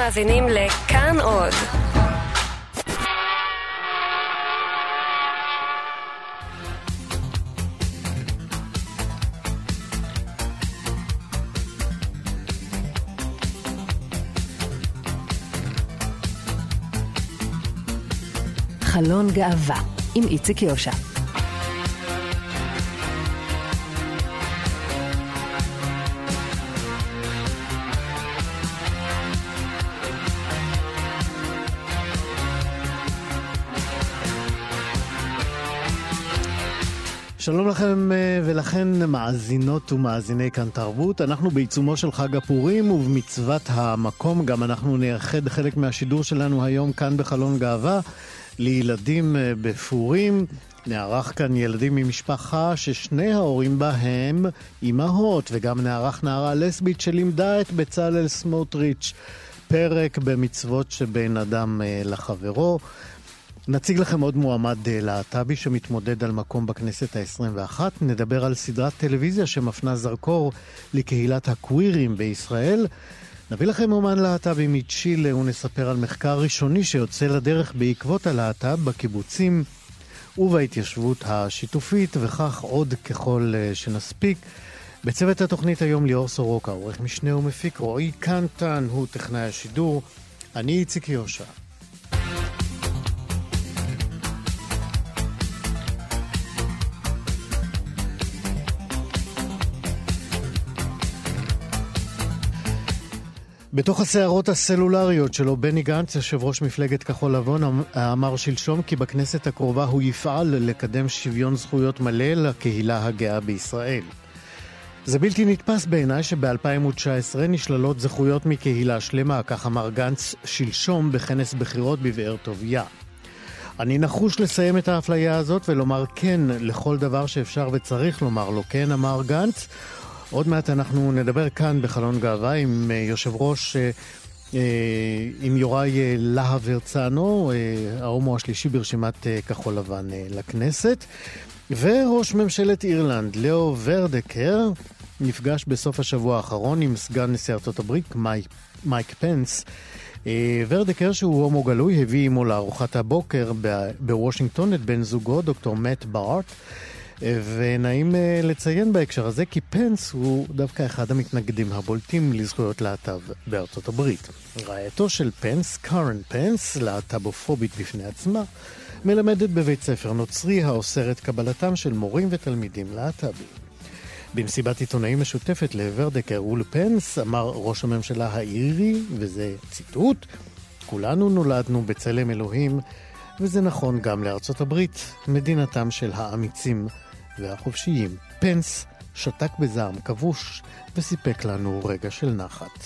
מאזינים לכאן עוד. חלון גאווה עם איציק יושע. שלום לכם ולכן מאזינות ומאזיני כאן תרבות. אנחנו בעיצומו של חג הפורים ובמצוות המקום גם אנחנו נייחד חלק מהשידור שלנו היום כאן בחלון גאווה לילדים בפורים. נערך כאן ילדים ממשפחה ששני ההורים בהם אימהות, וגם נערך נערה לסבית שלימדה את בצלאל סמוטריץ' פרק במצוות שבין אדם לחברו. נציג לכם עוד מועמד להט"בי שמתמודד על מקום בכנסת ה-21. נדבר על סדרת טלוויזיה שמפנה זרקור לקהילת הקווירים בישראל. נביא לכם אומן להט"בי מצ'ילה ונספר על מחקר ראשוני שיוצא לדרך בעקבות הלהט"ב בקיבוצים ובהתיישבות השיתופית, וכך עוד ככל שנספיק. בצוות התוכנית היום ליאור סורוקה, עורך משנה ומפיק, רועי קנטן הוא טכנאי השידור, אני איציק יושע. בתוך הסערות הסלולריות שלו, בני גנץ, יושב ראש מפלגת כחול לבן, אמר שלשום כי בכנסת הקרובה הוא יפעל לקדם שוויון זכויות מלא לקהילה הגאה בישראל. זה בלתי נתפס בעיניי שב-2019 נשללות זכויות מקהילה שלמה, כך אמר גנץ שלשום בכנס בחירות בבאר טוביה. אני נחוש לסיים את האפליה הזאת ולומר כן לכל דבר שאפשר וצריך לומר לו כן, אמר גנץ. עוד מעט אנחנו נדבר כאן בחלון גאווה עם יושב ראש, עם יוראי להב הרצנו, ההומו השלישי ברשימת כחול לבן לכנסת, וראש ממשלת אירלנד, לאו ורדקר, נפגש בסוף השבוע האחרון עם סגן נשיא ארצות הברית, מייק פנס. ורדקר, שהוא הומו גלוי, הביא עמו לארוחת הבוקר בוושינגטון את בן זוגו, דוקטור מאט בארט, ונעים לציין בהקשר הזה כי פנס הוא דווקא אחד המתנגדים הבולטים לזכויות להט"ב בארצות הברית. רעייתו של פנס, קארן פנס, להט"בופובית בפני עצמה, מלמדת בבית ספר נוצרי האוסר את קבלתם של מורים ותלמידים להט"בים. במסיבת עיתונאים משותפת לוורדקר ולפנס אמר ראש הממשלה האירי, וזה ציטוט, כולנו נולדנו בצלם אלוהים, וזה נכון גם לארצות הברית, מדינתם של האמיצים והחופשיים. פנס שתק בזעם כבוש וסיפק לנו רגע של נחת.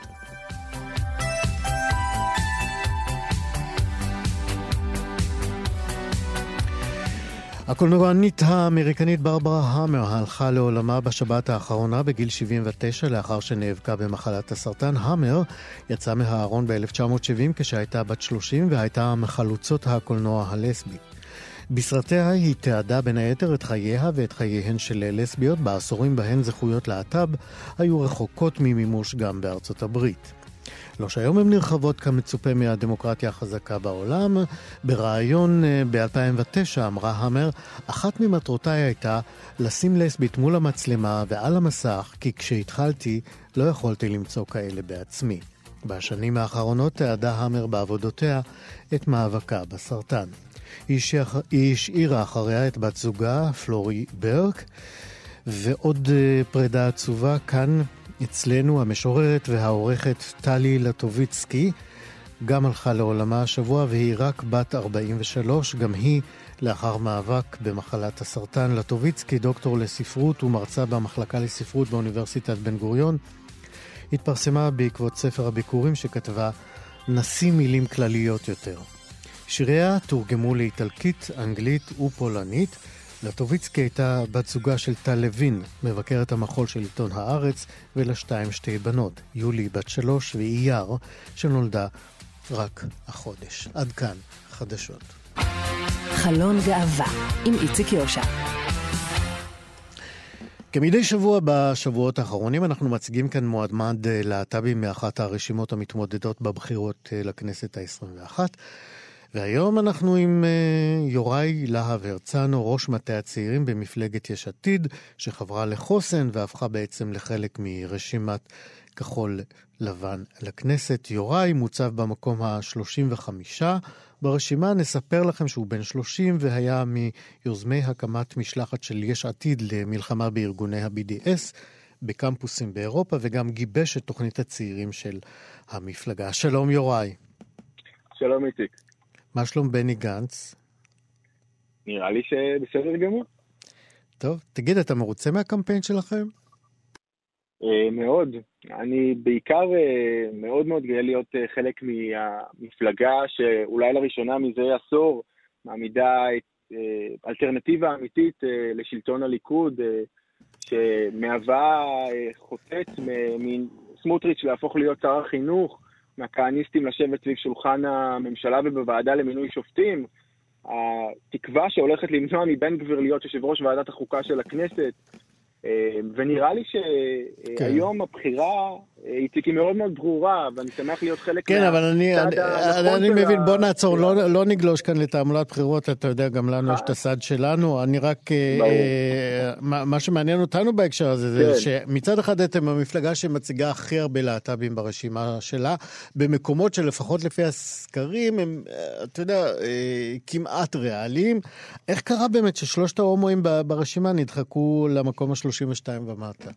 הקולנוענית האמריקנית ברברה המר הלכה לעולמה בשבת האחרונה בגיל 79 לאחר שנאבקה במחלת הסרטן. המר יצאה מהארון ב-1970 כשהייתה בת 30 והייתה מחלוצות הקולנוע הלסבי. בסרטיה היא תיעדה בין היתר את חייה ואת חייהן של לסביות בעשורים בהן זכויות להט"ב היו רחוקות ממימוש גם בארצות הברית. לא שהיום הן נרחבות כמצופה מהדמוקרטיה החזקה בעולם. ברעיון ב-2009 אמרה המר, אחת ממטרותיי הייתה לשים לסבית מול המצלמה ועל המסך, כי כשהתחלתי לא יכולתי למצוא כאלה בעצמי. בשנים האחרונות תיעדה המר בעבודותיה את מאבקה בסרטן. היא השאירה אחריה את בת זוגה, פלורי ברק, ועוד פרידה עצובה כאן אצלנו, המשוררת והעורכת טלי לטוביצקי, גם הלכה לעולמה השבוע והיא רק בת 43, גם היא לאחר מאבק במחלת הסרטן. לטוביצקי, דוקטור לספרות ומרצה במחלקה לספרות באוניברסיטת בן גוריון, התפרסמה בעקבות ספר הביקורים שכתבה נשיא מילים כלליות יותר. שיריה תורגמו לאיטלקית, אנגלית ופולנית. לטוביצקי הייתה בת זוגה של טל לוין, מבקרת המחול של עיתון הארץ, ולשתיים שתי בנות, יולי בת 3 ואייר, שנולדה רק החודש. עד כאן חדשות. חלון גאווה עם איציק יושע. כמדי שבוע בשבועות האחרונים אנחנו מציגים כאן מועמד להט"בי מאחת הרשימות המתמודדות בבחירות לכנסת ה-21, והיום אנחנו עם יוראי להב הרצנו, ראש מטה הצעירים במפלגת יש עתיד, שחברה לחוסן והפכה בעצם לחלק מרשימת כחול לבן לכנסת. יוראי מוצב במקום ה-35 ברשימה. נספר לכם שהוא בן 30 והיה מיוזמי הקמת משלחת של יש עתיד למלחמה בארגוני ה-BDS בקמפוסים באירופה, וגם גיבש את תוכנית הצעירים של המפלגה. שלום יוראי. שלום איציק. מה שלום בני גנץ? נראה לי שבסדר גמור. טוב, תגיד, אתה מרוצה מהקמפיין שלכם? מאוד. אני בעיקר מאוד מאוד גאה להיות חלק מהמפלגה שאולי לראשונה מזה עשור מעמידה אלטרנטיבה אמיתית לשלטון הליכוד, שמהווה חוצץ מסמוטריץ' להפוך להיות שר החינוך, מהכהניסטים לשבת סביב שולחן הממשלה ובוועדה למינוי שופטים, התקווה שהולכת למנוע מבן גביר להיות יושב ראש ועדת החוקה של הכנסת, ונראה לי שהיום הבחירה היא מאוד מאוד ברורה, ואני שמח להיות חלק כן, אבל אני מבין, בוא נעצור, לא נגלוש כאן לתעמולת בחירות, אתה יודע, גם לנו יש את הסד שלנו, אני רק, מה שמעניין אותנו בהקשר הזה, זה שמצד אחד אתם המפלגה שמציגה הכי הרבה להט"בים ברשימה שלה, במקומות שלפחות לפי הסקרים, הם, אתה יודע, כמעט ריאליים. איך קרה באמת ששלושת ההומואים ברשימה נדחקו למקום ה-32 ומטה?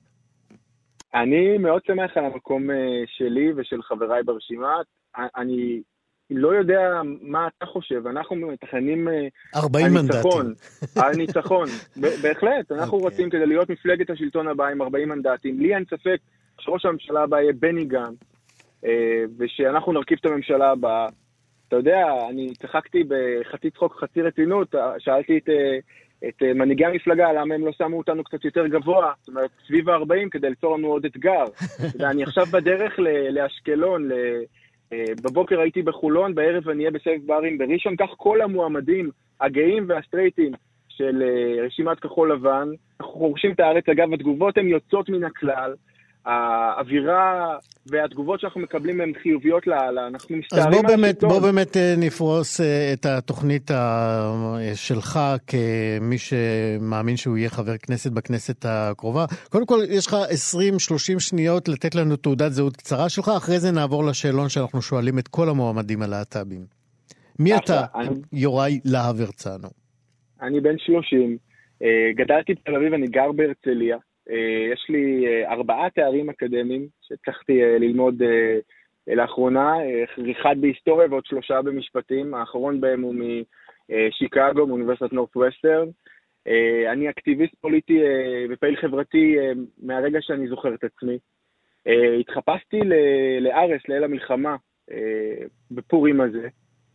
אני מאוד שמח על המקום שלי ושל חבריי ברשימה. אני לא יודע מה אתה חושב, אנחנו מתכננים 40 מנדטים. על ניצחון. בהחלט, אנחנו רוצים כדי להיות מפלגת השלטון הבא עם 40 מנדטים. לי אין ספק שראש הממשלה הבא יהיה בני גנץ, ושאנחנו נרכיב את הממשלה הבאה. אתה יודע, אני צחקתי בחצי צחוק, חצי רצינות, שאלתי את מנהיגי המפלגה, למה הם לא שמו אותנו קצת יותר גבוה, זאת אומרת, סביב ה-40 כדי ליצור לנו עוד אתגר. אני עכשיו בדרך לאשקלון, בבוקר הייתי בחולון, בערב אני אהיה בסבב ברים בראשון, כך כל המועמדים, הגאים והסטרייטים של רשימת כחול לבן, אנחנו חורשים את הארץ, אגב, התגובות הן יוצאות מן הכלל, האווירה והתגובות שאנחנו מקבלים הן חיוביות אנחנו מסתערים על השלטון. אז בוא באמת נפרוס את התוכנית שלך כמי שמאמין שהוא יהיה חבר כנסת בכנסת הקרובה. קודם כל, יש לך 20-30 שניות לתת לנו תעודת זהות קצרה שלך, אחרי זה נעבור לשאלון שאנחנו שואלים את כל המועמדים הלהט"בים. מי אתה, יוראי להב הרצנו? אני בן 30, גדלתי בתל אביב, אני גר בהרצליה. יש לי 4 תארים אקדמיים שהצלחתי ללמוד לאחרונה, 1 בהיסטוריה ועוד 3 במשפטים, האחרון בהם הוא משיקגו, מאוניברסיטת נורת'ווסטרן. אני אקטיביסט פוליטי ופעיל חברתי מהרגע שאני זוכר את עצמי. התחפשתי לארס, לאל המלחמה, בפורים הזה.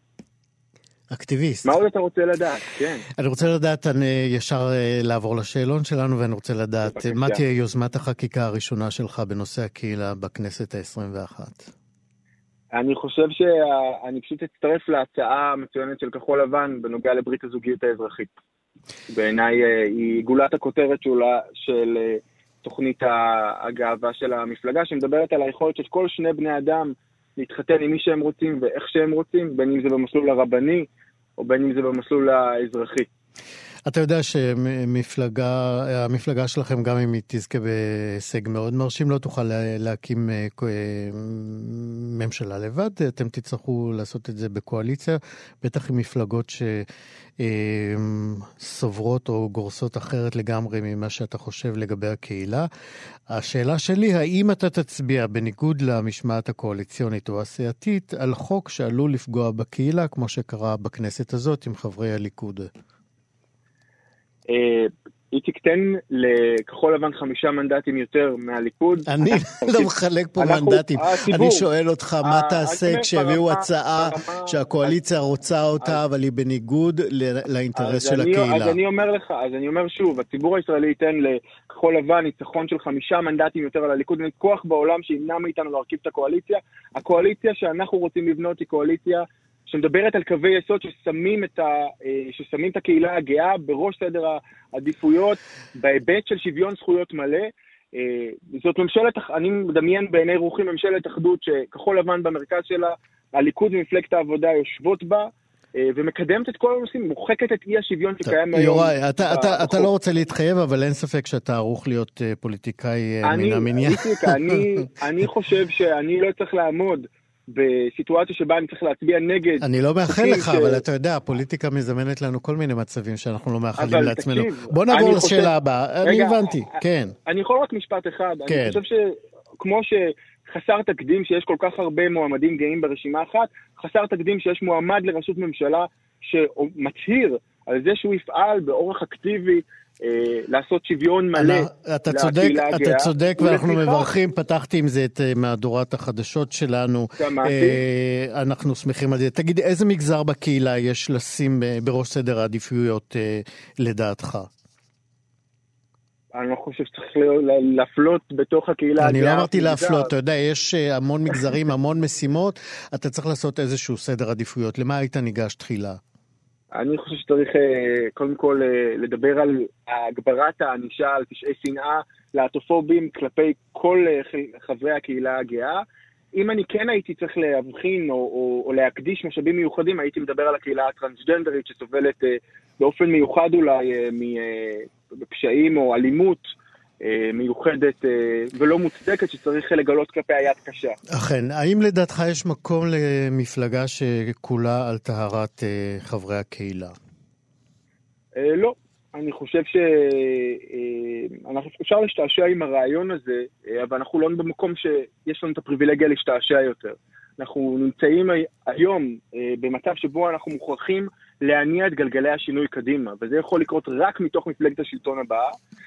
אקטיביסט. מה עוד אתה רוצה לדעת? כן. אני רוצה לדעת, אני ישר לעבור לשאלון שלנו, ואני רוצה לדעת, מה תהיה יוזמת החקיקה הראשונה שלך בנושא הקהילה בכנסת ה-21? אני חושב שאני פשוט אצטרף להצעה המצוינת של כחול לבן בנוגע לברית הזוגיות האזרחית. בעיניי היא גולת הכותרת של תוכנית הגאווה של המפלגה, שמדברת על היכולת של כל שני בני אדם להתחתן עם מי שהם רוצים ואיך שהם רוצים, בין אם זה במסלול הרבני או בין אם זה במסלול האזרחי. אתה יודע שהמפלגה שלכם, גם אם היא תזכה בהישג מאוד מרשים, לא תוכל להקים ממשלה לבד. אתם תצטרכו לעשות את זה בקואליציה, בטח עם מפלגות שסוברות או גורסות אחרת לגמרי ממה שאתה חושב לגבי הקהילה. השאלה שלי, האם אתה תצביע בניגוד למשמעת הקואליציונית או הסיעתית על חוק שעלול לפגוע בקהילה, כמו שקרה בכנסת הזאת עם חברי הליכוד? היא תקטן לכחול לבן 5 מנדטים יותר מהליכוד. אני לא מחלק פה מנדטים. אני שואל אותך מה תעשה כשהביאו הצעה שהקואליציה רוצה אותה, אבל היא בניגוד לאינטרס של הקהילה. אז אני אומר שוב, הציבור הישראלי ייתן לכחול לבן ניצחון של 5 מנדטים יותר על הליכוד, אין כוח בעולם שימנע מאיתנו להרכיב את הקואליציה. הקואליציה שאנחנו רוצים לבנות היא קואליציה שמדברת על קווי יסוד ששמים את הקהילה הגאה בראש סדר העדיפויות, בהיבט של שוויון זכויות מלא. זאת אני מדמיין בעיני רוחי ממשלת אחדות שכחול לבן במרכז שלה, הליכוד ומפלגת העבודה יושבות בה, ומקדמת את כל הנושאים, מוחקת את אי השוויון שקיים היום. יוראי, אתה לא רוצה להתחייב, אבל אין ספק שאתה ערוך להיות פוליטיקאי מן המניין. אני חושב שאני לא צריך לעמוד בסיטואציה שבה אני צריך להצביע נגד. אני לא מאחל לך, אבל אתה יודע, הפוליטיקה מזמנת לנו כל מיני מצבים שאנחנו לא מאחלים לעצמנו. בוא נעבור לשאלה הבאה. אני הבנתי, כן. אני יכול רק משפט אחד. אני חושב שכמו חסר תקדים שיש כל כך הרבה מועמדים גאים ברשימה אחת, חסר תקדים שיש מועמד לראשות ממשלה שמצהיר על זה שהוא יפעל באורח אקטיבי לעשות שוויון מלא לקהילה הגאה. אתה צודק, ואנחנו מברכים, פתחתי עם זה את מהדורת החדשות שלנו. אנחנו שמחים על זה. תגיד, איזה מגזר בקהילה יש לשים בראש סדר העדיפויות לדעתך? אני לא חושב שצריך להפלות בתוך הקהילה. אני לא אמרתי להפלות, אתה יודע, יש המון מגזרים, המון משימות, אתה צריך לעשות איזשהו סדר עדיפויות. למה היית ניגש תחילה? אני חושב שצריך קודם כל לדבר על הגברת הענישה על פשעי שנאה להטופובים כלפי כל חברי הקהילה הגאה. אם אני כן הייתי צריך להבחין או להקדיש משאבים מיוחדים, הייתי מדבר על הקהילה הטרנסג'נדרית שסובלת באופן מיוחד אולי בפשעים או אלימות מיוחדת ולא מוצדקת שצריך לגלות כלפי היד קשה. אכן, האם לדעתך יש מקום למפלגה שכולה על טהרת חברי הקהילה? לא. אני חושב אפשר להשתעשע עם הרעיון הזה, אבל אנחנו לא במקום שיש לנו את הפריבילגיה להשתעשע יותר. אנחנו נמצאים היום במצב שבו אנחנו מוכרחים להניע את גלגלי השינוי קדימה, וזה יכול לקרות רק מתוך מפלגת השלטון הבאה,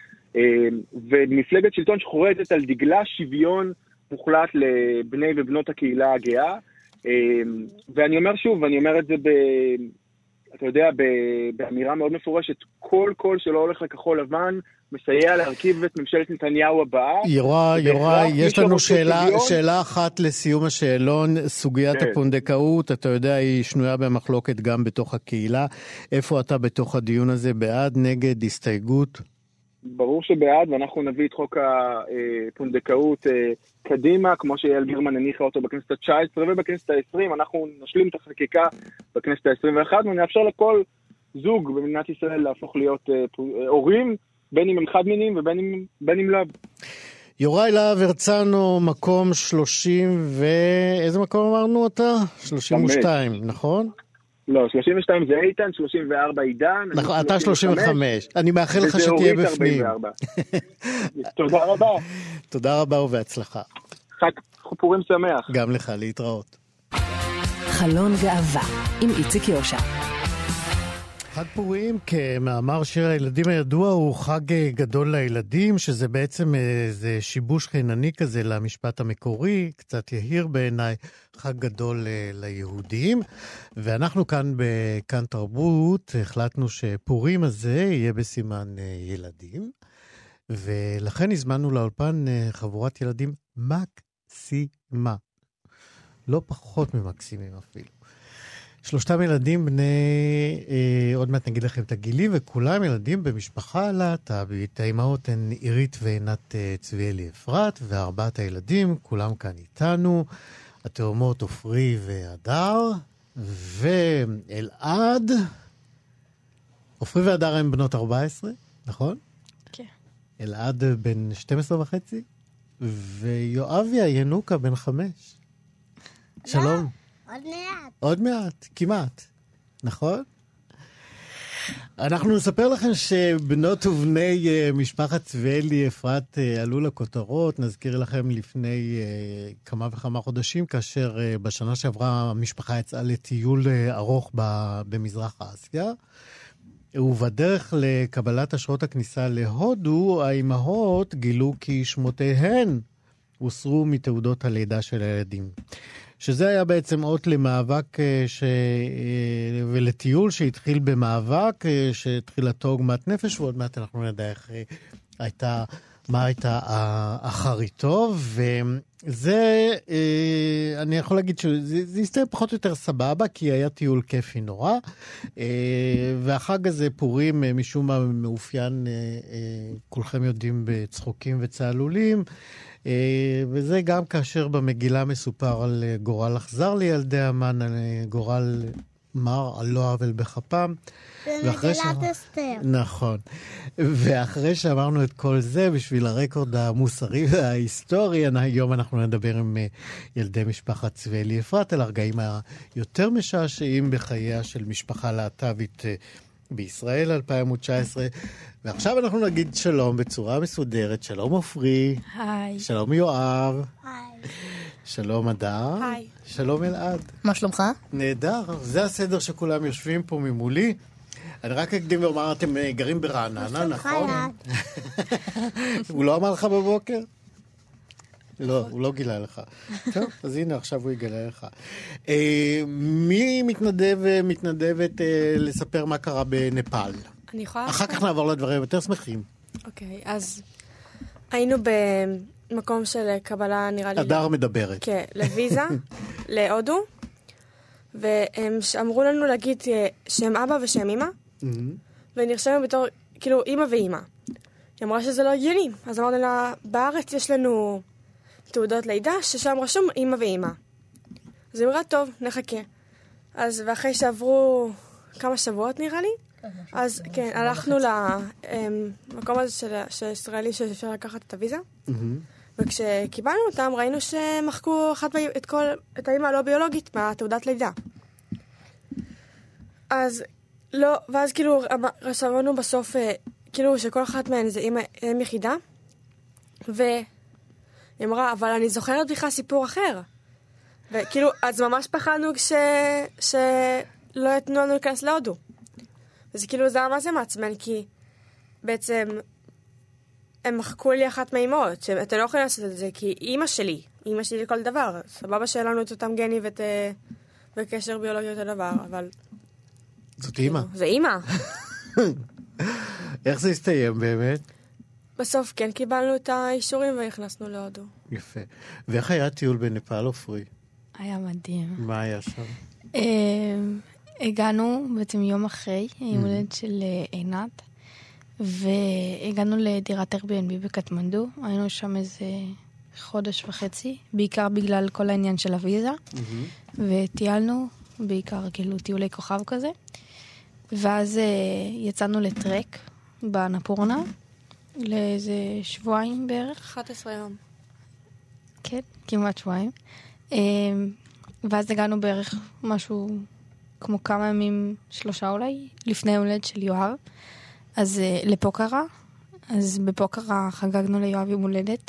ומפלגת שלטון שחורטת על דגלה שוויון מוחלט לבני ובנות הקהילה הגאה, ואני אומר שוב, ואני אומר את זה אתה יודע, באמירה מאוד מפורשת, כל שלא הולך לכחול לבן, מסייע להרכיב את ממשלת נתניהו הבאה. יוראי, יש לנו שאלה אחת לסיום השאלון, סוגיית הפונדקאות, אתה יודע, היא שנויה במחלוקת גם בתוך הקהילה. איפה אתה בתוך הדיון הזה? בעד, נגד, הסתייגות? ברור שבעד, ואנחנו נביא את חוק הפונדקאות קדימה, כמו שיעל גרמן הניחה אותו בכנסת ה-19 ובכנסת ה-20, אנחנו נשלים את החקיקה בכנסת ה-21, ונאפשר לכל זוג במדינת ישראל להפוך להיות הורים, בין אם הם חד מיניים ובין אם לא. יוראי להב הרצנו, מקום 30 איזה מקום אמרנו אתה? 32, נכון? לא, 32 זה איתן, 34 עידן. נכון, אתה 35. אני מאחל לך שתהיה בפנים. תודה רבה. תודה רבה ובהצלחה. חג פורים שמח. גם לך, להתראות. חלון גאווה עם איציק יושע. חג פורים, כמאמר שיר הילדים הידוע, הוא חג גדול לילדים, שזה בעצם איזה שיבוש חינני כזה למשפט המקורי, קצת יהיר בעיניי, חג גדול ליהודים. ואנחנו כאן בכאן תרבות החלטנו שפורים הזה יהיה בסימן ילדים, ולכן הזמנו לאולפן חבורת ילדים מקסימה. לא פחות ממקסימים אפילו. 3 ילדים בני, עוד מעט נגיד לכם את הגילים, וכולם ילדים במשפחה להט"בית. האימהות הן עירית ועינת צביאלי אפרת, ו4 הילדים, כולם כאן איתנו, התאומות עופרי והדר, ואלעד. עופרי והדר הם בנות 14, נכון? כן. אלעד בן 12 וחצי, ויואביה ינוקה בן 5. שלום. עוד מעט, כמעט, נכון? אנחנו נספר לכם שבנות ובני משפחת צביאלי אפרת עלו לכותרות. נזכיר לכם לפני כמה וכמה חודשים, כאשר בשנה שעברה המשפחה יצאה לטיול ארוך במזרח אסיה, ובדרך לקבלת אשרות הכניסה להודו, האימהות גילו כי שמותיהן הוסרו מתעודות הלידה של הילדים. שזה היה בעצם אות למאבק ולטיול שהתחיל במאבק, שתחילתו עוגמת נפש, ועוד מעט אנחנו נדע איך הייתה מה הייתה אחריתו, וזה, אני יכול להגיד שזה הסתיים פחות או יותר סבבה, כי היה טיול כיפי נורא, והחג הזה פורים משום מה מאופיין, כולכם יודעים, בצחוקים וצהלולים, וזה גם כאשר במגילה מסופר על גורל אכזר לילדי המן, על גורל מר, על לא עוול בכפם. במגילת אסתר. נכון. ואחרי שאמרנו את כל זה, בשביל הרקורד המוסרי וההיסטורי, היום אנחנו נדבר עם ילדי משפחת צבאלי אפרת, על הרגעים היותר משעשעים בחייה של משפחה להט"בית בישראל 2019. ועכשיו אנחנו נגיד שלום בצורה מסודרת. שלום עופרי. היי. שלום יואב. היי. שלום אדר. היי. שלום אלעד. מה שלומך? נהדר. זה הסדר שכולם יושבים פה ממולי. אני רק אקדים ואומר, אתם גרים ברעננה, נכון? הוא לא אמר לך בבוקר? לא, הוא לא גילה לך. טוב, אז הנה, עכשיו הוא יגלה לך. מי מתנדב ומתנדבת לספר מה קרה בנפאל? אני יכולה... אחר כך נעבור לדברים יותר שמחים. אוקיי, אז היינו במקום של קבלה, נראה לי... אדר מדברת. כן, לוויזה, להודו, והם אמרו לנו להגיד שם אבא ושם אמא, ונרשמנו בתור, כאילו, אמא ואמא. היא אמרה שזה לא הגיוני, אז אמרנו לה, בארץ יש לנו תעודות לידה, ששם רשום אמא ואמא. אז היא אמרה, טוב, נחכה. אז ואחרי שעברו כמה שבועות נראה לי, אז כן, הלכנו למקום הזה של ישראלי שאפשר לקחת את הוויזה, וכשקיבלנו אותם ראינו שמחקו את האמא הלא ביולוגית מהתעודת לידה. אז לא, ואז כאילו רשמנו בסוף, כאילו שכל אחת מהן זה אם יחידה, והיא אמרה, אבל אני זוכרת בכלל סיפור אחר. וכאילו, אז ממש פחדנו שלא יתנו לנו להיכנס להודו. וזה כאילו, זה מה זה מעצבן, כי בעצם הם מחקו לי אחת מהאימהות, שאתם לא יכולים לעשות את זה, כי אמא שלי לכל דבר. סבבה שאין לנו את אותם גני וקשר ביולוגי אותו דבר, אבל... זאת אימא. זה אימא. איך זה הסתיים באמת? בסוף כן קיבלנו את האישורים ונכנסנו להודו. יפה. ואיך היה טיול בנפאל עופרי? היה מדהים. מה היה שם? הגענו בעצם יום אחרי, יום הולדת של עינת, והגענו לדירת Airbnb בקטמנדו. היינו שם איזה חודש וחצי, בעיקר בגלל כל העניין של הוויזה, וטיילנו, בעיקר כאילו טיולי כוכב כזה. ואז יצאנו לטרק בנפורנה, לאיזה שבועיים בערך. 11 יום. כן, כמעט שבועיים. ואז הגענו בערך משהו כמו כמה ימים, 3 אולי, לפני הולדת של יואב. אז לפוקרה. אז בפוקרה חגגנו ליואב יום הולדת.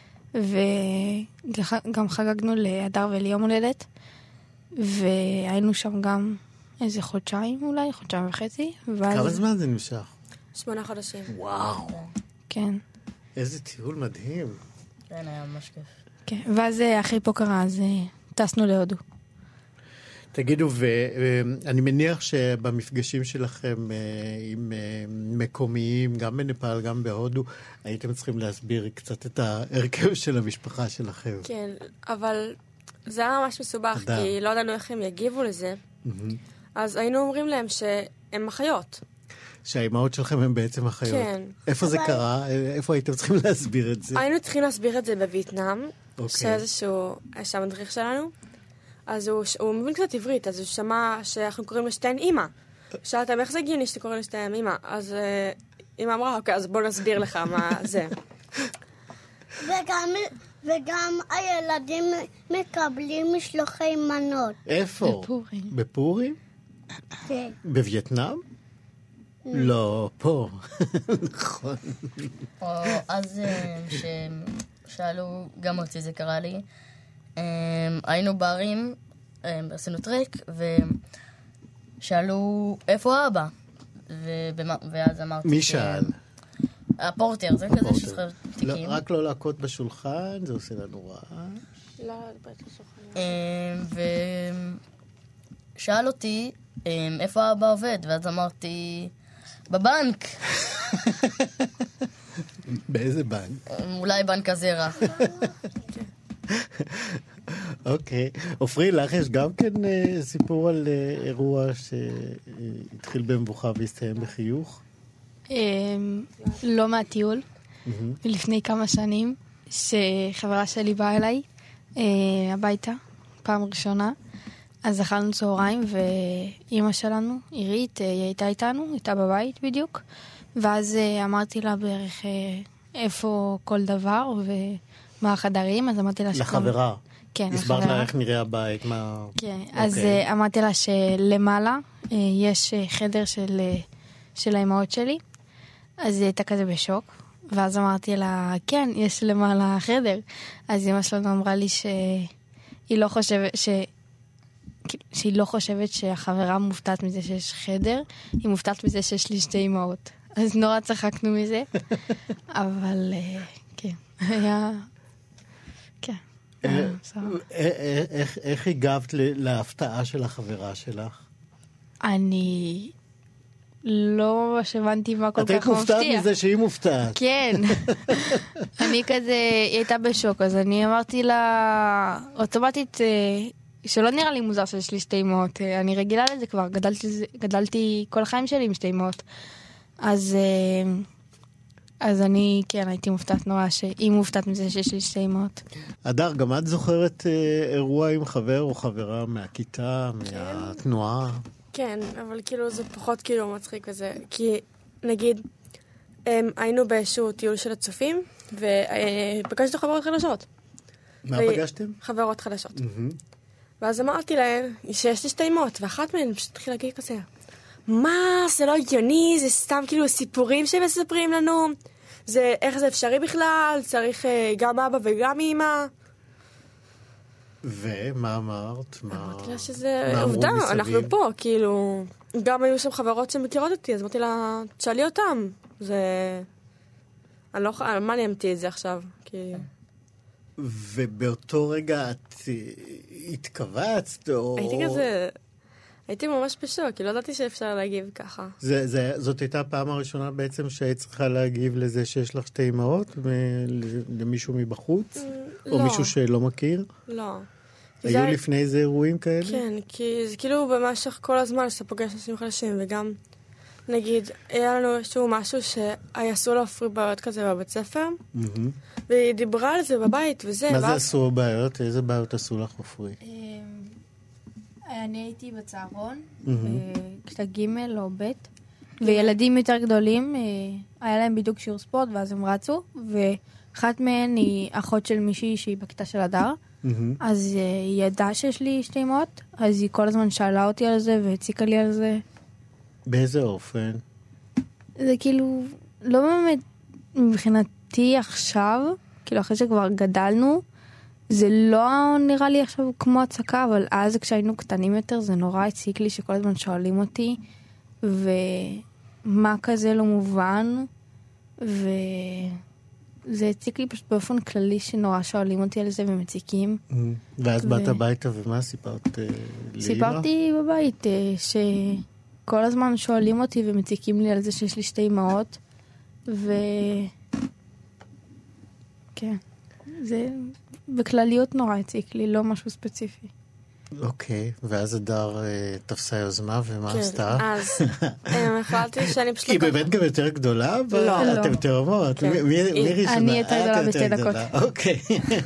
וגם חגגנו לאדר ולי יום הולדת. והיינו שם גם איזה חודשיים אולי, חודשיים וחצי. כמה זמן זה נמשך? 8 חודשים. וואו. כן. איזה טיול מדהים. כן, היה ממש כיף. כן, ואז אחרי פוקרה, אז טסנו להודו. תגידו, ואני מניח שבמפגשים שלכם עם מקומיים, גם בנפאל, גם בהודו, הייתם צריכים להסביר קצת את ההרכב של המשפחה שלכם. כן, אבל זה היה ממש מסובך, כי לא ידענו איך הם יגיבו לזה. אז היינו אומרים להם שהם אחיות. שהאימהות שלכם הם בעצם אחיות. כן. איפה זה קרה? איפה הייתם צריכים להסביר את זה? היינו צריכים להסביר את זה בווייטנאם, שאיזשהו, שהמדריך שלנו, אז הוא מבין קצת עברית, אז הוא שמע שאנחנו קוראים לשתיהן אימא. שאלתם, איך זה הגיוני שאתם קוראים לשתיהן אימא? אז אימא אמרה, אוקיי, אז בוא נסביר לך מה זה. וגם הילדים מקבלים משלוחי מנות. איפה? בפורים. בפורים? כן. בווייטנאם? לא, פה. נכון. אז ששאלו, גם אותי זה קרה לי, היינו בערים, עשינו טרק, ושאלו איפה אבא? ואז אמרתי... מי שאל? הפורטר, זה כזה שזכר תיקים. רק לא להכות בשולחן, זה עושה לנו רע. לא, בטח שולחן. ושאל אותי איפה אבא עובד, ואז אמרתי... בבנק. באיזה בנק? אולי בנק הזרע. אוקיי. עופרי, לך יש גם כן סיפור על אירוע שהתחיל במבוכה והסתיים בחיוך? לא מהטיול. לפני כמה שנים, שחברה שלי באה אליי הביתה, פעם ראשונה, אז אכלנו צהריים, ואימא שלנו, עירית, היא הייתה איתנו, הייתה בבית בדיוק, ואז אמרתי לה בערך איפה כל דבר ומה החדרים, אז אמרתי לה לחברה. כן, הסברת לה איך נראה הבית, מה... כן, אז אמרתי לה שלמעלה יש חדר של האימהות שלי, אז היא הייתה כזה בשוק, ואז אמרתי לה, כן, יש למעלה חדר. אז אמא שלנו אמרה לי שהיא לא חושבת שהיא לא חושבת שהחברה מופתעת מזה שיש חדר, היא מופתעת מזה שיש לי 2 אמהות. אז נורא צחקנו מזה, אבל כן, היה... כן. איך הגבת להפתעה של החברה שלך? אני לא ממש הבנתי מה כל כך מפתיע. את היית מופתעת מזה שהיא מופתעת. כן. אני כזה, היא הייתה בשוק, אז אני אמרתי לה, אוטומטית, שלא נראה לי מוזר שיש לי 2 אמהות. אני רגילה לזה כבר, גדלתי כל החיים שלי עם 2 אמהות. אז אני, כן, הייתי מופתעת נורא שהיא מופתעת מזה שיש לי 2 אמהות. אדר, גם את זוכרת אירוע עם חבר או חברה מהכיתה, מהתנועה? כן, אבל כאילו זה פחות כאילו מצחיק וזה, כי נגיד היינו באיזשהו טיול של הצופים, ופגשנו חברות חדשות. מה פגשתם? חברות חדשות. ואז אמרתי להן שיש לי 2 אמהות, ואחת מהן פשוט התחילה להגיד כזה, מה, זה לא הגיוני, זה סתם כאילו סיפורים שמספרים לנו, זה, איך זה אפשרי בכלל, צריך גם אבא וגם אמא. ומה אמרת? אמרתי לה שזה עובדה, אנחנו פה, כאילו, גם היו שם חברות שמכירות אותי, אז אמרתי לה, תשאלי אותם, זה... אני לא יכולה, מה אני אמתי את זה עכשיו? ובאותו רגע את התכווצת, או... הייתי כזה... הייתי ממש בשוק, כי לא ידעתי שאפשר להגיב ככה. זאת הייתה הפעם הראשונה בעצם שהיית צריכה להגיב לזה שיש לך 2 אמהות, למישהו מבחוץ? או מישהו שלא מכיר? לא. היו לפני איזה אירועים כאלה? כן, כי זה כאילו במשך כל הזמן שאתה פוגש אנשים חדשים, וגם, נגיד, היה לנו איזשהו משהו שעשו להפריד בעיות כזה בבית ספר, והיא דיברה על זה בבית, וזה... מה זה עשו בעיות? איזה בעיות עשו לך עופרי? אני הייתי בצהרון, בכיתה ג' או ב', וילדים יותר גדולים, היה להם בדיוק שיעור ספורט, ואז הם רצו, ואחת מהן היא אחות של מישהי שהיא בכיתה של הדר, אז היא ידעה שיש לי 2 אמהות, אז היא כל הזמן שאלה אותי על זה, והציקה לי על זה. באיזה אופן? זה כאילו, לא באמת מבחינתי עכשיו, כאילו אחרי שכבר גדלנו, זה לא נראה לי עכשיו כמו הצקה, אבל אז כשהיינו קטנים יותר זה נורא הציק לי שכל הזמן שואלים אותי, ומה כזה לא מובן, וזה הציק לי פשוט באופן כללי שנורא שואלים אותי על זה ומציקים. ואז באת הביתה ומה סיפרת לאמא? סיפרתי בבית שכל הזמן שואלים אותי ומציקים לי על זה שיש לי 2 אמהות, כן, זה... בכלליות נורא הציק לי, לא משהו ספציפי. אוקיי, ואז הדר תפסה יוזמה, ומה עשתה? אז החלטתי שאני פשוט... היא באמת גם יותר גדולה? לא. אתם יותר אומרות. מי ראשונה? אני יותר גדולה ב2 דקות. אוקיי.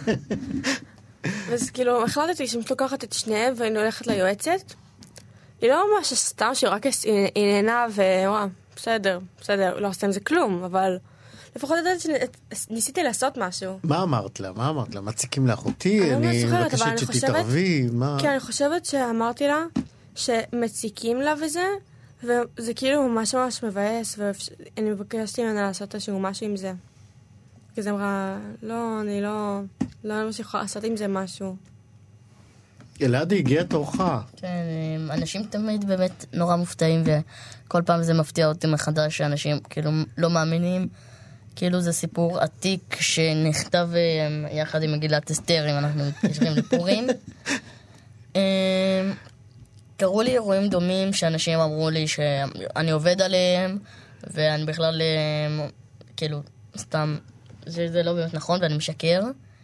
אז כאילו, החלטתי שאני לוקחת את שניהם, ואני הולכת ליועצת. היא לא ממש סתם שהיא רק נהנה, וואה, בסדר, לא עושה עם זה כלום, אבל... לפחות יודעת שניסיתי לעשות משהו. מה אמרת לה? מציקים לך אותי? אני מבקשת שתתערבי? כן, אני חושבת שאמרתי לה שמציקים לה וזה, וזה כאילו ממש ממש מבאס, ואני מבקשתי ממנה לעשות איזשהו משהו עם זה. כי זה אמרה, לא, אני לא ממש יכולה לעשות עם זה משהו. אלעדי, הגיע תורך. כן, אנשים תמיד באמת נורא מופתעים, וכל פעם זה מפתיע אותי מחדש שאנשים כאילו לא מאמינים. כאילו זה סיפור עתיק שנכתב יחד עם מגילת אסתר, אם אנחנו מתקשרים לפורים. קראו לי אירועים דומים שאנשים אמרו לי שאני עובד עליהם, ואני בכלל כאילו סתם, זה לא באמת נכון ואני משקר.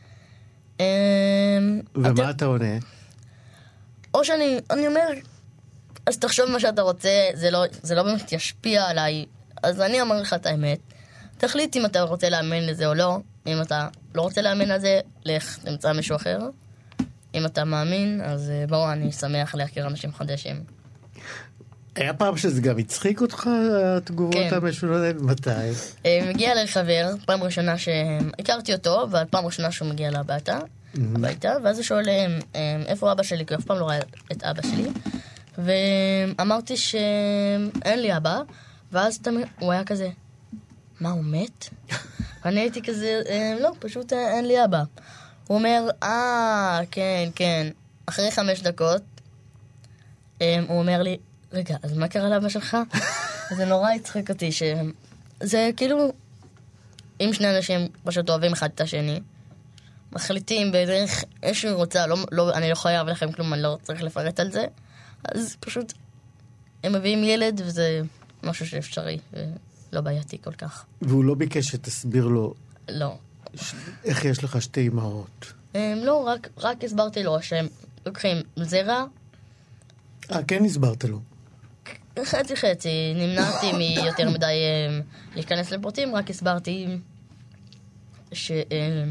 ומה אתה עונה? או שאני אומר, אז תחשוב מה שאתה רוצה, זה לא באמת ישפיע עליי, אז אני אמר לך את האמת. תחליט אם אתה רוצה לאמן לזה או לא. אם אתה לא רוצה לאמן על זה, לך תמצא מישהו אחר. אם אתה מאמין, אז בואו, אני שמח להכיר אנשים חדשים. היה פעם שזה גם הצחיק אותך, התגובות המשוללות? מתי? מגיע לחבר, פעם ראשונה שהכרתי אותו, אבל פעם ראשונה שהוא מגיע הביתה, ואז הוא שואל איפה אבא שלי, כי אף פעם לא ראה את אבא שלי, ואמרתי שאין לי אבא, ואז הוא היה כזה, מה, הוא מת? אני הייתי כזה, לא, פשוט אין לי אבא. הוא אומר, כן. אחרי 5 דקות, הוא אומר לי, רגע, אז מה קרה לאבא שלך? זה נורא הצחיק אותי, שזה כאילו, אם שני אנשים פשוט אוהבים אחד את השני, מחליטים בדרך איזשהו רוצה, אני לא חייב לכם כלום, אני לא צריך לפרט על זה, אז פשוט הם מביאים ילד, וזה משהו שאפשרי, ולא בעייתי כל כך. והוא לא ביקש שתסביר לו... לא. איך יש לך 2 אמהות? לא, רק הסברתי לו שהם לוקחים זרע. כן הסברת לו. חצי. נמנעתי מיותר מדי להיכנס לפרטים, רק הסברתי שיש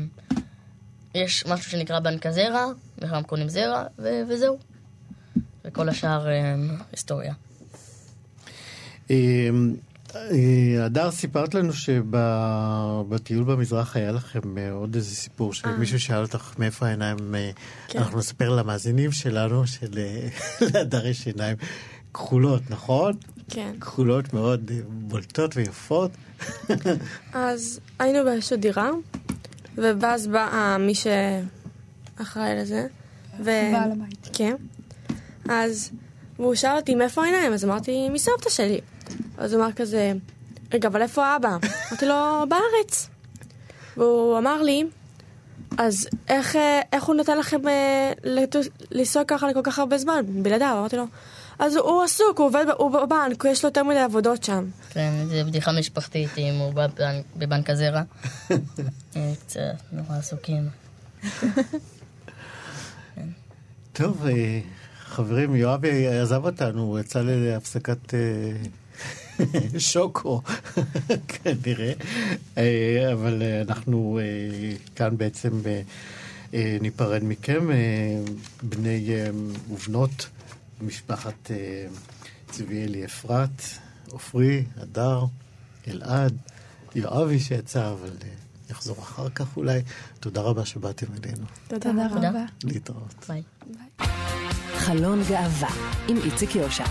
משהו שנקרא בנק הזרע, וכולם קונים זרע, וזהו. וכל השאר היסטוריה. הדר, סיפרת לנו שבטיול במזרח היה לכם עוד איזה סיפור שמישהו שאל אותך מאיפה העיניים, אנחנו נספר למאזינים שלנו שלהדר יש עיניים כחולות, נכון? כן. כחולות מאוד בולטות ויפות. אז היינו באיזושהי דירה, ואז בא מי שאחראי לזה. בעל הבית. כן. אז הוא שאל אותי מאיפה העיניים, אז אמרתי מסבתא שלי. אז הוא אמר כזה, רגע, אבל איפה אבא? אמרתי לו, בארץ. והוא אמר לי, אז איך הוא נתן לכם לנסוע ככה לכל כך הרבה זמן? בלעדיו, אמרתי לו, אז הוא עסוק, הוא עובד, הוא בבנק, יש לו יותר מדי עבודות שם. כן, זה בדיחה משפחתית, אם הוא בא בבנק הזרע. קצת נורא עסוקים. טוב, חברים, יואב עזב אותנו, הוא יצא להפסקת שוקו, כנראה, אבל אנחנו כאן בעצם ניפרד מכם, בני ובנות משפחת צביאלי אפרת, עופרי, הדר, אלעד, יואבי שיצא, אבל יחזור אחר כך אולי. תודה רבה שבאתם אלינו. תודה רבה. להתראות. ביי. חלון גאווה עם איציק יושע.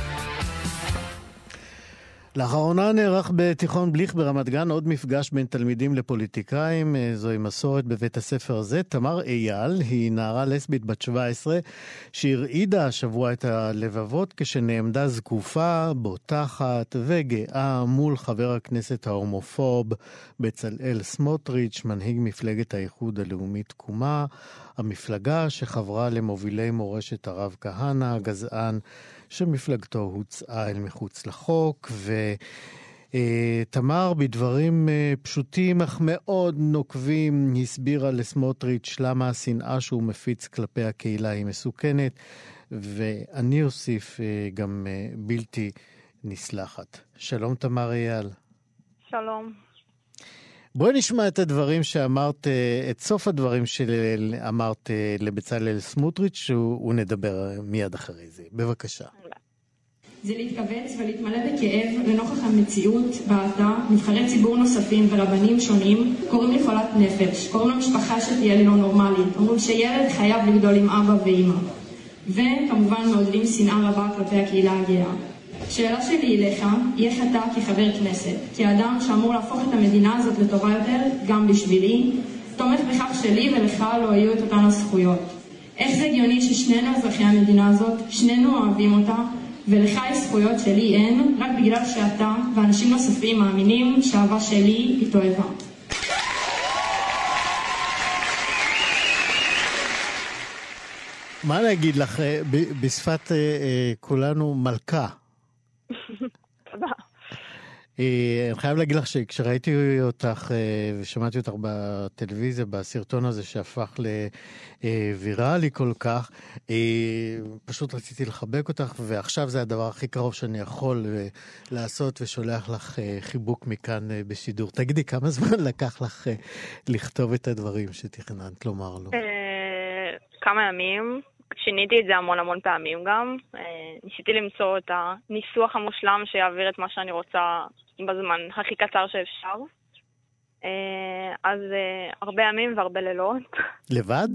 לאחרונה נערך בתיכון בליך ברמת גן עוד מפגש בין תלמידים לפוליטיקאים. זוהי מסורת בבית הספר הזה. תמר אייל היא נערה לסבית בת 17 שהרעידה השבוע את הלבבות כשנעמדה זקופה, בוטחת וגאה מול חבר הכנסת ההומופוב בצלאל סמוטריץ', מנהיג מפלגת האיחוד הלאומי תקומה, המפלגה שחברה למובילי מורשת הרב כהנא, הגזען שמפלגתו הוצאה אל מחוץ לחוק. ותמר בדברים פשוטים אך מאוד נוקבים הסבירה לסמוטריץ' למה השנאה שהוא מפיץ כלפי הקהילה היא מסוכנת, ואני אוסיף גם בלתי נסלחת. שלום תמר אייל. שלום. בואי נשמע את הדברים שאמרת, את סוף הדברים שאמרת לבצלאל סמוטריץ', ונדבר מיד אחרי זה. בבקשה. זה להתכווץ ולהתמלא בכאב לנוכח המציאות בעתה. נבחרי ציבור נוספים ורבנים שונים קוראים לי חולת נפש, קוראים למשפחה שתהיה לי לא נורמלית, אומרים שילד חייב לגדול עם אבא ואמא, וכמובן מעודדים שנאה רבה כלפי הקהילה הגאה. שאלה שלי אליך היא איך אתה כחבר כנסת, כאדם שאמור להפוך את המדינה הזאת לטובה יותר גם בשבילי, תומך בכך שלי ולך לא היו את אותן הזכויות. איך זה הגיוני ששנינו אזרחי המדינה הזאת, שנינו אוהבים אותה, ולך יש זכויות שלי אין, רק בגלל שאתה ואנשים נוספים מאמינים שהאהבה שלי היא תועבה. מה להגיד לך, בשפת כולנו מלכה? תודה. אני חייב להגיד לך שכשראיתי אותך ושמעתי אותך בטלוויזיה, בסרטון הזה שהפך לוויראלי כל כך, פשוט רציתי לחבק אותך, ועכשיו זה הדבר הכי קרוב שאני יכול לעשות, ושולח לך חיבוק מכאן בשידור. תגידי, כמה זמן לקח לך לכתוב את הדברים שתכננת לומר לו? כמה ימים. שיניתי את זה המון פעמים גם. ניסיתי למצוא את הניסוח המושלם שיעביר את מה שאני רוצה בזמן הכי קצר שאפשר. אז הרבה ימים והרבה לילות. לבד?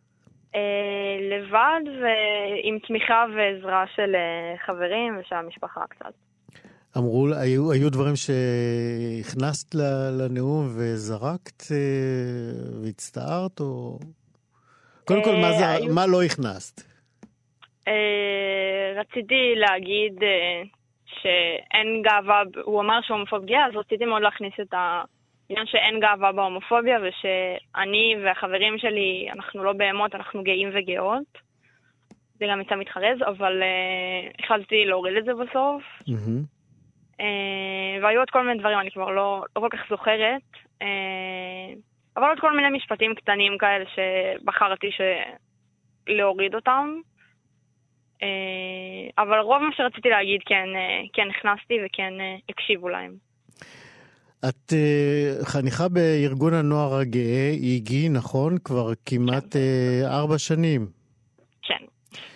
לבד ועם תמיכה ועזרה של חברים ושל המשפחה קצת. אמרו, היו דברים שהכנסת לנאום וזרקת והצטערת או... קודם כל, מה לא הכנסת? רציתי להגיד שאין גאווה, הוא אמר שהומופוב גאה, אז רציתי מאוד להכניס את העניין שאין גאווה בהומופוביה, ושאני והחברים שלי, אנחנו לא בהמות, אנחנו גאים וגאות. זה גם יצא מתחרז, אבל החלטתי להוריד את זה בסוף. והיו עוד כל מיני דברים, אני כבר לא כל כך זוכרת. אבל עוד כל מיני משפטים קטנים כאלה שבחרתי להוריד אותם. אבל רוב מה שרציתי להגיד כן הכנסתי וכן הקשיבו להם. את חניכה בארגון הנוער הגאה, איגי, נכון? כבר כמעט 4 שנים. כן.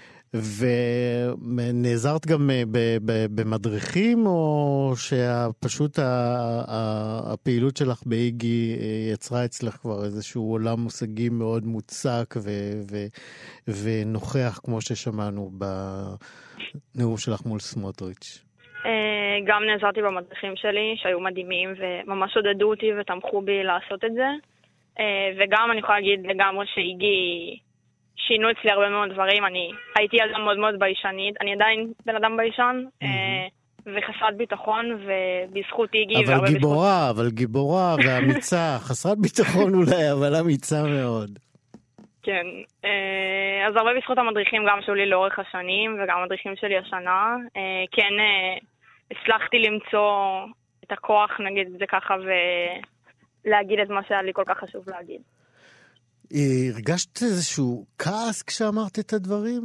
ונעזרת גם במדריכים, או שפשוט הפעילות שלך באיגי יצרה אצלך כבר איזשהו עולם מושגים מאוד מוצק ונוכח, כמו ששמענו בנאום שלך מול סמוטריץ'? גם נעזרתי במדריכים שלי, שהיו מדהימים וממש עודדו אותי ותמכו בי לעשות את זה. וגם אני יכולה להגיד לגמרי שאיגי שינו אצלי הרבה מאוד דברים. אני הייתי ילדה מאוד מאוד ביישנית, אני עדיין בן אדם ביישן, וחסרת ביטחון, ובזכות איגי... אבל גיבורה ואמיצה, חסרת ביטחון אולי, אבל אמיצה מאוד. כן, אז הרבה בזכות המדריכים גם שהיו לי לאורך השנים, וגם המדריכים שלי השנה, כן הצלחתי למצוא את הכוח, נגיד את זה ככה, ולהגיד את מה שהיה לי כל כך חשוב להגיד. הרגשת איזשהו כעס כשאמרת את הדברים?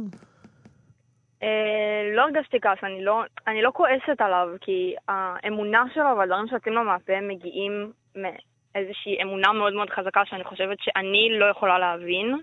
לא הרגשתי כעס, אני לא כועסת עליו, כי האמונה שלו והדברים שיוצאים לו מהפה מגיעים מאיזושהי אמונה מאוד מאוד חזקה שאני חושבת שאני לא יכולה להבין.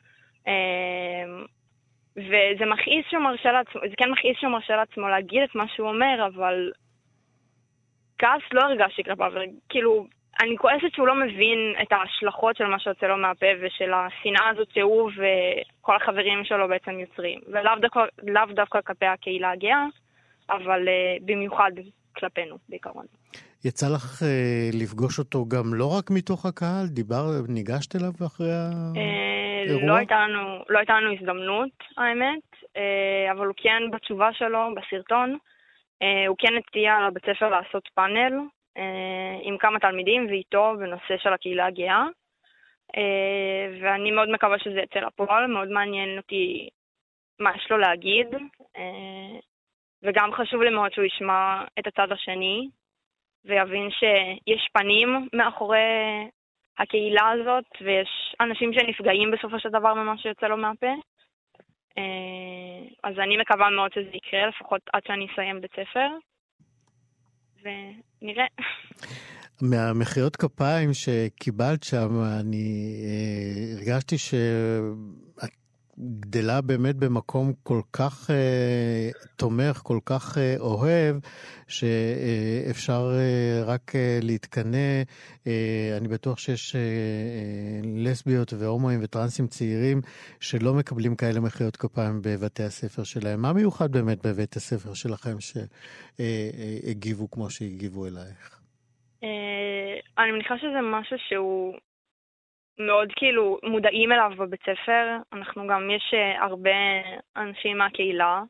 וזה מכעיס שהוא מרשה לעצמו, זה כן מכעיס שהוא מרשה לעצמו להגיד את מה שהוא אומר, אבל כעס לא הרגשתי כלפיו, כאילו אני כועסת שהוא לא מבין את ההשלכות של מה שיוצא לו מהפה ושל השנאה הזאת שהוא וכל החברים שלו בעצם יוצרים. ולאו דווקא כלפי הקהילה הגאה, אבל במיוחד כלפינו בעיקרון. יצא לך לפגוש אותו גם לא רק מתוך הקהל? ניגשת אליו אחרי האירוע? לא הייתה לנו הזדמנות, האמת, אבל הוא כן בתשובה שלו, בסרטון, הוא כן הציע לבית ספר לעשות פאנל, עם כמה תלמידים ואיתו בנושא של הקהילה הגאה, ואני מאוד מקווה שזה יצא לפועל, מאוד מעניין אותי מה יש לו להגיד, וגם חשוב לי מאוד שהוא ישמע את הצד השני, ויבין שיש פנים מאחורי הקהילה הזאת, ויש אנשים שנפגעים בסופו של דבר ממה שיוצא לו מהפה, אז אני מקווה מאוד שזה יקרה, לפחות עד שאני אסיים בית ספר. ונראה. מהמחיאות כפיים שקיבלת שם, אני הרגשתי שאת גדלה באמת במקום כל כך תומך, כל כך אוהב, שאפשר רק להתקנא. אני בטוח שיש לסביות והומואים וטרנסים צעירים שלא מקבלים כאלה מחיאות כפיים בבתי הספר שלהם. מה מיוחד באמת בבית הספר שלכם שהגיבו כמו שהגיבו אלייך? אני מניחה שזה משהו שהוא מאוד כאילו מודעים אליו בבית ספר. אנחנו גם, יש הרבה אנשים מהקהילה.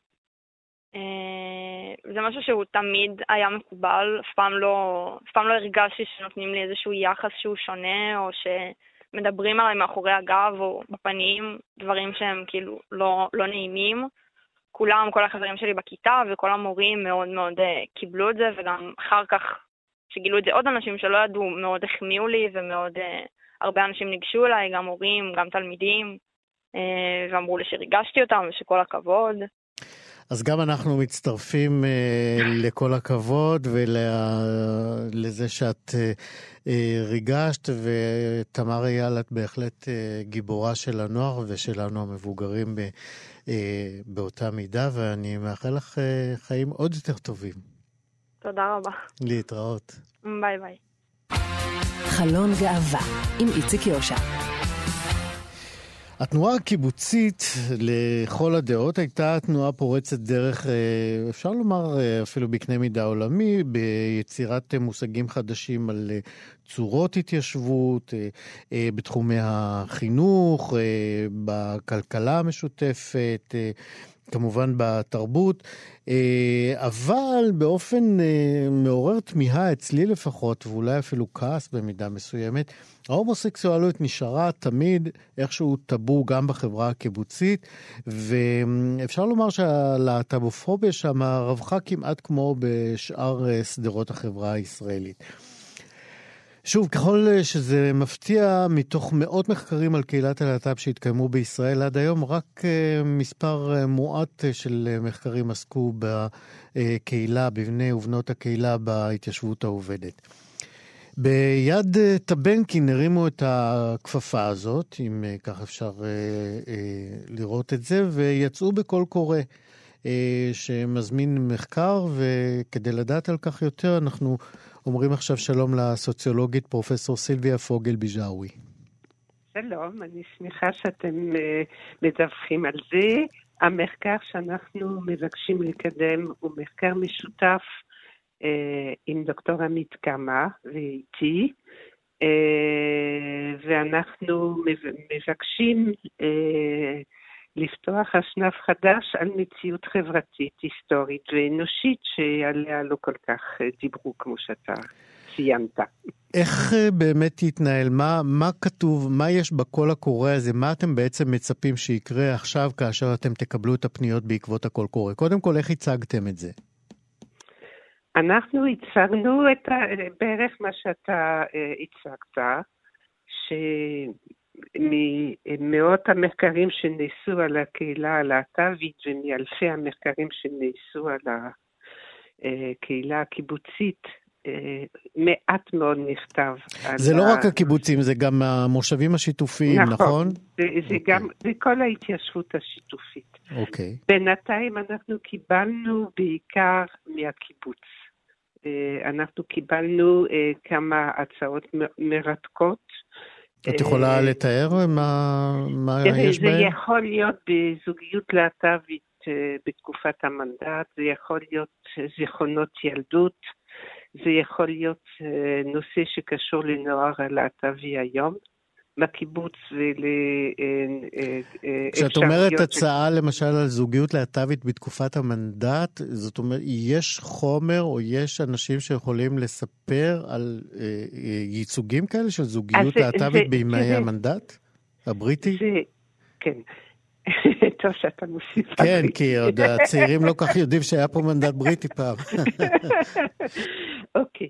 זה משהו שהוא תמיד היה מקובל, אף פעם לא הרגשתי שנותנים לי איזשהו יחס שהוא שונה, או שמדברים עליי מאחורי הגב או בפנים, דברים שהם כאילו לא נעימים. כל החברים שלי בכיתה וכל המורים מאוד מאוד קיבלו את זה, וגם אחר כך שגילו את זה עוד אנשים שלא ידעו, מאוד החמיאו לי, ומאוד הרבה אנשים ניגשו אליי, גם הורים, גם תלמידים, ואמרו לי שריגשתי אותם ושכל הכבוד. אז גם אנחנו מצטרפים לכל הכבוד ולזה שאת ריגשת, ותמר אייל, את בהחלט גיבורה של הנוער ושלנו המבוגרים באותה מידה, ואני מאחל לך חיים עוד יותר טובים. תודה רבה. להתראות. ביי ביי. חלון גאווה עם איציק יושע. התנועה הקיבוצית לכל הדעות הייתה תנועה פורצת דרך, אפשר לומר אפילו בקנה מידה עולמי, ביצירת מושגים חדשים על צורות התיישבות, בתחומי החינוך, בכלכלה המשותפת, כמובן בתרבות, אבל באופן מעורר תמיהה אצלי לפחות, ואולי אפילו כעס במידה מסוימת, ההומוסקסואליות נשארה תמיד איכשהו טאבו גם בחברה הקיבוצית, ואפשר לומר שהלהט"בופוביה שם רווחה כמעט כמו בשאר סדרות החברה הישראלית. שוב, ככל שזה מפתיע, מתוך מאות מחקרים על קהילת הלהט"ב שהתקיימו בישראל עד היום, רק מספר מועט של מחקרים עסקו בקהילה, בבני ובנות הקהילה בהתיישבות העובדת. ביד טבנקין הרימו את הכפפה הזאת, אם כך אפשר לראות את זה, ויצאו בקול קורא שמזמין מחקר, וכדי לדעת על כך יותר אנחנו אומרים עכשיו שלום לסוציולוגית פרופסור סילביה פוגל ביג'אווי. שלום, אני שמחה שאתם מדווחים על זה. המחקר שאנחנו מבקשים לקדם הוא מחקר משותף עם דוקטור עמית קמה ואיתי, ואנחנו מבקשים לפתוח אשנף חדש על מציאות חברתית, היסטורית ואנושית שעליה לא כל כך דיברו כמו שאתה ציינת. איך באמת יתנהל? מה כתוב? מה יש בקול הקורא הזה? מה אתם בעצם מצפים שיקרה עכשיו כאשר אתם תקבלו את הפניות בעקבות הקול קורא? קודם כל, איך הצגתם את זה? אנחנו הצגנו בערך מה שאתה הצגת, ממאות המחקרים שנעשו על הקהילה הלהט"בית ומאלפי המחקרים שנעשו על הקהילה הקיבוצית, מעט מאוד נכתב. זה לא רק הקיבוצים, זה גם המושבים השיתופיים, נכון? זה כל ההתיישבות השיתופית. אוקיי. בינתיים אנחנו קיבלנו בעיקר מהקיבוץ. אנחנו קיבלנו כמה הצעות מרתקות. את יכולה לתאר מה יש בהם? זה יכול להיות בזוגיות להט"בית בתקופת המנדט, זה יכול להיות זיכרונות ילדות, זה יכול להיות נושא שקשור לנוער הלהט"בי היום בקיבוץ כשאת אומרת הצעה למשל על זוגיות להט"בית בתקופת המנדט, זאת אומרת, יש חומר או יש אנשים שיכולים לספר על ייצוגים כאלה של זוגיות להט"בית בימי המנדט הבריטי? כן. טוב שאתה מוסיף. כן, כי עוד הצעירים לא כך יודעים שהיה פה מנדט בריטי פעם. אוקיי.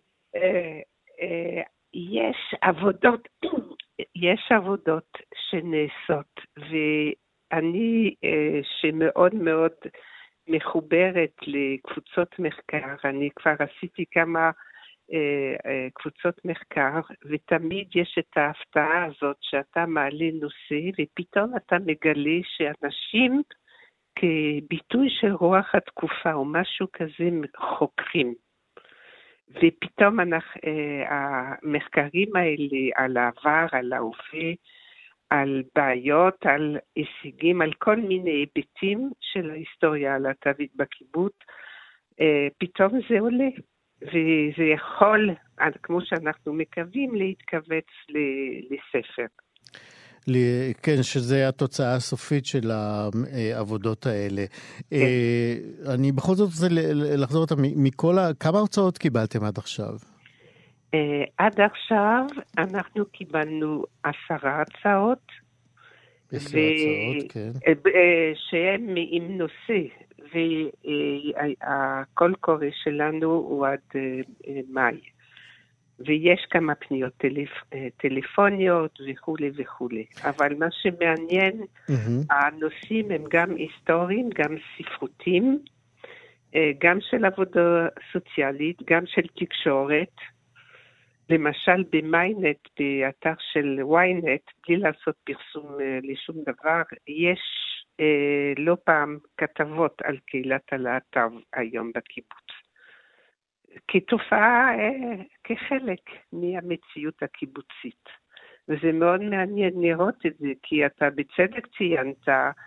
יש עבודות שנעשות, ואני שמאוד מאוד מחוברת לקבוצות מחקר, אני כבר עשיתי כמה קבוצות מחקר, ותמיד יש את ההפתעה הזאת שאתה מעלה נושא, ופתאום אתה מגלה שאנשים כביטוי של רוח התקופה או משהו כזה חוקרים. ופתאום המחקרים האלה על העבר, על ההווה, על בעיות, על הישגים, על כל מיני היבטים של ההיסטוריה הלהט"בית בקיבוץ, פתאום זה עולה. וזה יכול, כמו שאנחנו מקווים, להתכווץ לספר. כן, שזה התוצאה הסופית של העבודות האלה. כן. אני בכל זאת רוצה לחזור אותם, כמה הרצאות קיבלתם עד עכשיו? עד עכשיו אנחנו קיבלנו 10 הצעות. 10 הצעות, כן. שהם עם נושא, והקול קורא שלנו הוא עד מאי. ויש כמה פניות טלפוניות וכולי וכולי. אבל מה שמעניין, הנושאים הם גם היסטוריים, גם ספרותיים, גם של עבודה סוציאלית, גם של תקשורת. למשל במיינט, באתר של וויינט, בלי לעשות פרסום לשום דבר, יש לא פעם כתבות על קהילת הלהט"ב היום בקיבוץ. כתופעה, כחלק מהמציאות הקיבוצית. וזה מאוד מעניין לראות את זה, כי אתה בצדק ציינת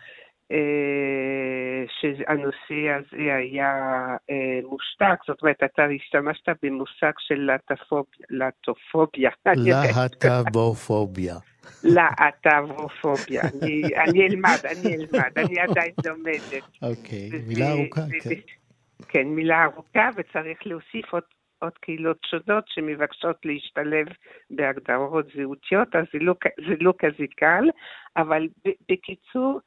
שהנושא הזה היה מושתק, זאת אומרת, אתה השתמשת במושג של להט"בופוביה. להט"בופוביה. להט"בופוביה. אני אלמד, אני עדיין לומדת. אוקיי, מילה ארוכה, כן. כן, מילה ארוכה, וצריך להוסיף עוד קהילות שונות שמבקשות להשתלב בהגדרות זהותיות, אז זה לא כזה קל, אבל בקיצור,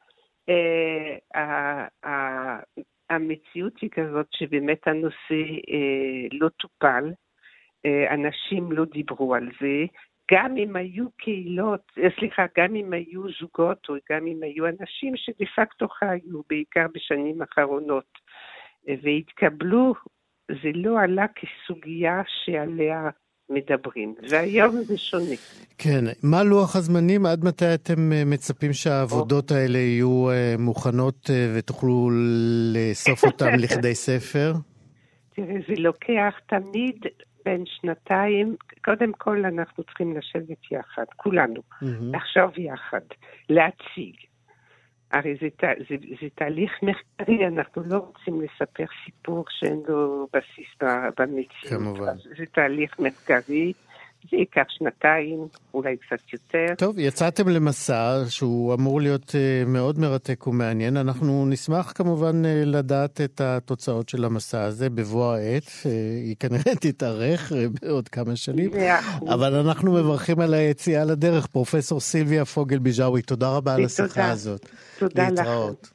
המציאות היא כזאת שבאמת הנושא לא טופל, אנשים לא דיברו על זה, גם אם היו קהילות, גם אם היו זוגות או גם אם היו אנשים שדה פקטו חיו, בעיקר בשנים האחרונות, והתקבלו, זה לא עלה כסוגיה שעליה מדברים. והיום זה שונה. כן, מה לוח הזמנים? עד מתי אתם מצפים שהעבודות האלה יהיו מוכנות ותוכלו לאסוף אותם לכדי ספר? תראה, זה לוקח תמיד בין שנתיים. קודם כל אנחנו צריכים לשבת יחד, כולנו, לחשוב יחד, להציג. הרי זה תהליך מחקרי, אנחנו לא רוצים לספר סיפור שאין לו בסיס במציאות. כמובן. זה תהליך מחקרי, זה ייקח שנתיים, אולי קצת יותר. טוב, יצאתם למסע שהוא אמור להיות מאוד מרתק ומעניין. אנחנו נשמח כמובן לדעת את התוצאות של המסע הזה בבוא העת. היא כנראה תתארך בעוד כמה שנים. אבל אנחנו מברכים על היציאה לדרך. פרופסור סילביה פוגל ביג'אווי, תודה רבה על השיחה הזאת. תודה לך.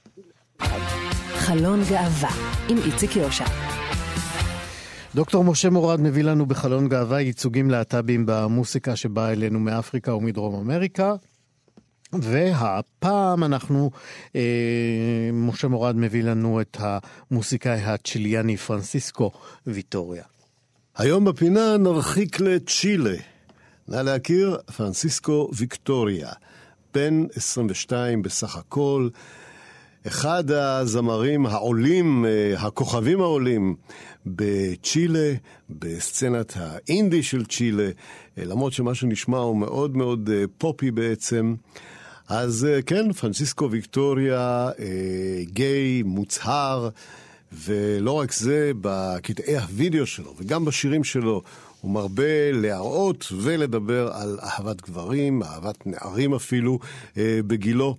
חלון גאווה עם איציק יושע. דוקטור משה מורד מביא לנו בחלון גאווה ייצוגים להט"בים במוסיקה שבאה אלינו מאפריקה ומדרום אמריקה. והפעם משה מורד מביא לנו את המוסיקאי הצ'יליאני פרנסיסקו ויטוריה. היום בפינה נרחיק לצ'ילה. נא להכיר פרנסיסקו ויטוריה, בן 22 בסך הכל, אחד הזמרים העולים, הכוכבים העולים בצ'ילה, בסצנת האינדי של צ'ילה, למרות שמה שנשמע הוא מאוד מאוד פופי בעצם. אז כן, פרנסיסקו ויטוריה, גיי, מוצהר, ולא רק זה, בקטעי הוידאו שלו וגם בשירים שלו, הוא מרבה להראות ולדבר על אהבת גברים, אהבת נערים אפילו בגילו.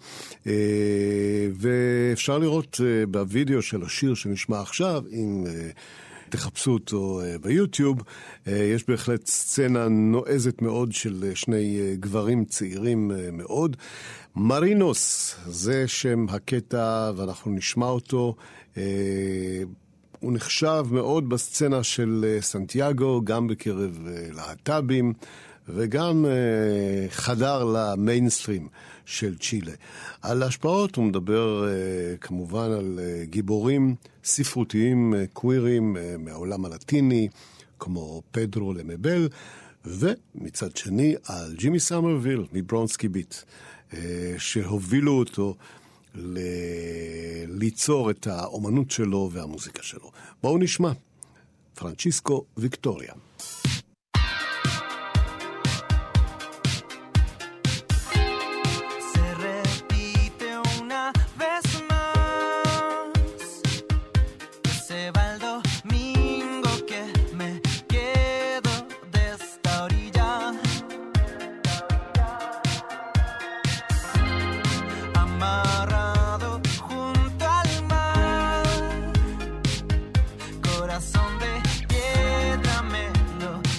ואפשר לראות בווידאו של השיר שנשמע עכשיו, אם תחפשו אותו ביוטיוב, יש בהחלט סצנה נועזת מאוד של שני גברים צעירים מאוד. מרינוס, זה שם הקטע ואנחנו נשמע אותו. הוא נחשב מאוד בסצנה של סנטיאגו, גם בקרב להט"בים, וגם חדר למיינסטרים של צ'ילה. על ההשפעות הוא מדבר כמובן על גיבורים ספרותיים קווירים מהעולם הלטיני, כמו פדרו למבל, ומצד שני על ג'ימי סמרוויל מברונסקי ביט, שהובילו אותו ליצור את האומנות שלו והמוזיקה שלו. בואו נשמע. פרנסיסקו ויטוריה. Corazón de piedra me lo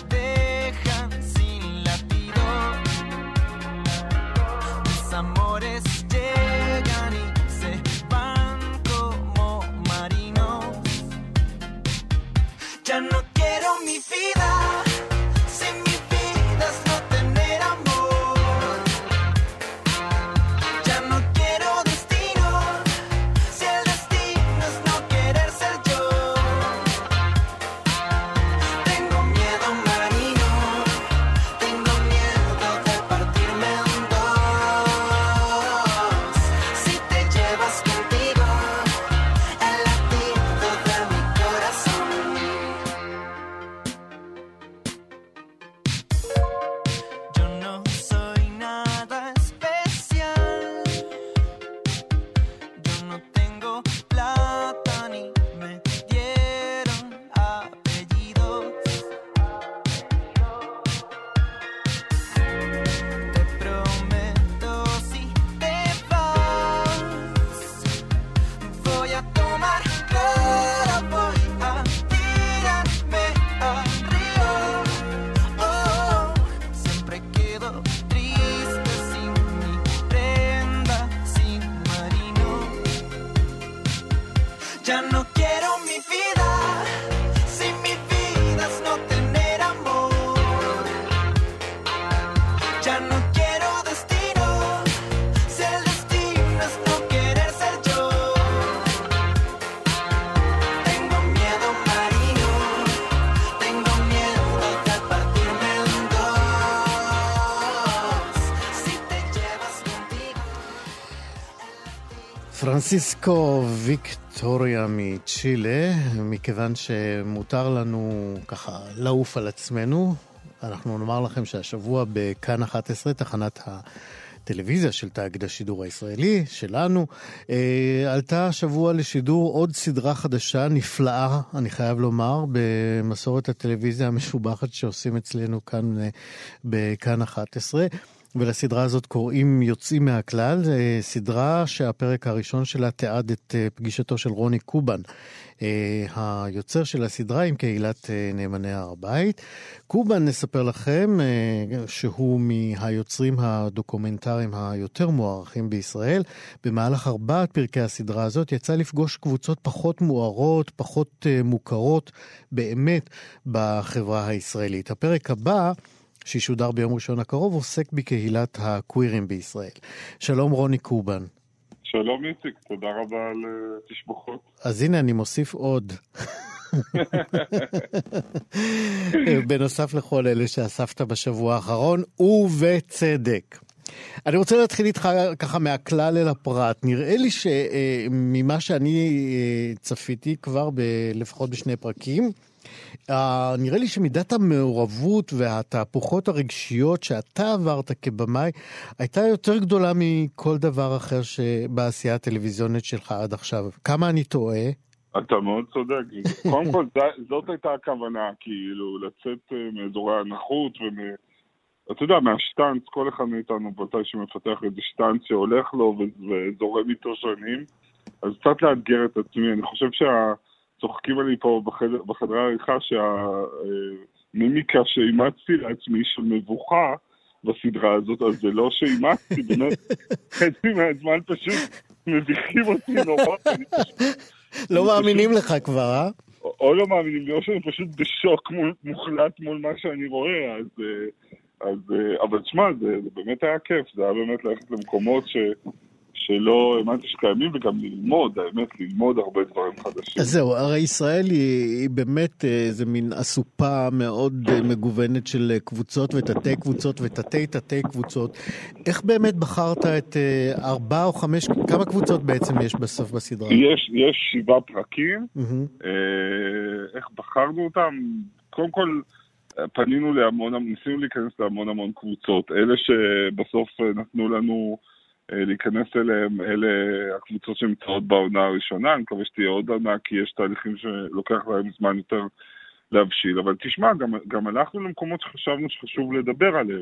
פרנסיסקו ויקטוריה מצ'ילה, מכיוון שמותר לנו ככה לעוף על עצמנו, אנחנו נאמר לכם שהשבוע בכאן 11, תחנת הטלוויזיה של תאגיד השידור הישראלי שלנו, עלתה השבוע לשידור עוד סדרה חדשה נפלאה, אני חייב לומר, במסורת הטלוויזיה המשובחת שעושים אצלנו כאן בכאן 11. ולסדרה הזאת קוראים יוצאים מהכלל, סדרה שהפרק הראשון שלה תיעד את פגישתו של רוני קובן, היוצר של הסדרה עם קהילת נאמני הר הבית. קובן, נספר לכם שהוא מהיוצרים הדוקומנטריים היותר מוערכים בישראל. במהלך 4 פרקי הסדרה הזאת יצא לפגוש קבוצות פחות מוארות, פחות מוכרות באמת בחברה הישראלית. הפרק הבא שישודר ביום ראשון הקרוב עוסק בקהילת הקווירים בישראל. שלום רוני קובן. שלום איציק, תודה רבה על תשבחות. אז הנה אני מוסיף עוד. בנוסף לכל אלה שאספת בשבוע האחרון, ובצדק. אני רוצה להתחיל איתך ככה מהכלל אל הפרט. נראה לי שממה שאני צפיתי כבר לפחות בשני פרקים, נראה לי שמידת המעורבות והתהפוכות הרגשיות שאתה עברת כבמאי הייתה יותר גדולה מכל דבר אחר שבעשייה הטלוויזיונית שלך עד עכשיו. כמה אני טועה? אתה מאוד צודק. קודם כל, זאת הייתה הכוונה, כאילו, לצאת מאזורי הנחות אתה יודע, מהשטנץ, כל אחד מאיתנו באותה שמפתח איזה שטנץ שהולך לו וזורם איתו שנים, אז קצת לאתגר את עצמי. אני חושב צוחקים עלי פה בחדרי העריכה שהמימיקה שאימצתי לעצמי של מבוכה בסדרה הזאת, אז זה לא שאימצתי, באמת חצי מהזמן פשוט מביכים אותי נורא. לא מאמינים לך כבר, אה? או לא מאמינים לי, או שאני פשוט בשוק מוחלט מול מה שאני רואה, אבל תשמע, זה באמת היה כיף, זה היה באמת ללכת למקומות שלא האמנתי שקיימים, וגם ללמוד, האמת, ללמוד הרבה דברים חדשים. אז זהו, הרי ישראל היא באמת איזה מין אסופה מאוד מגוונת של קבוצות ותתי קבוצות ותתי קבוצות. איך באמת בחרת את 4 או 5, כמה קבוצות בעצם יש בסוף בסדרה? יש 7 פרקים. איך בחרנו אותם? קודם כל, פנינו ניסינו להיכנס להמון קבוצות. אלה שבסוף נתנו לנו להיכנס אליהם, אלה הקבוצות שנמצאות בעונה הראשונה, אני מקווה שתהיה עוד עונה, כי יש תהליכים שלוקח להם זמן יותר להבשיל, אבל תשמע, גם הלכנו למקומות שחשבנו שחשוב לדבר עליהם,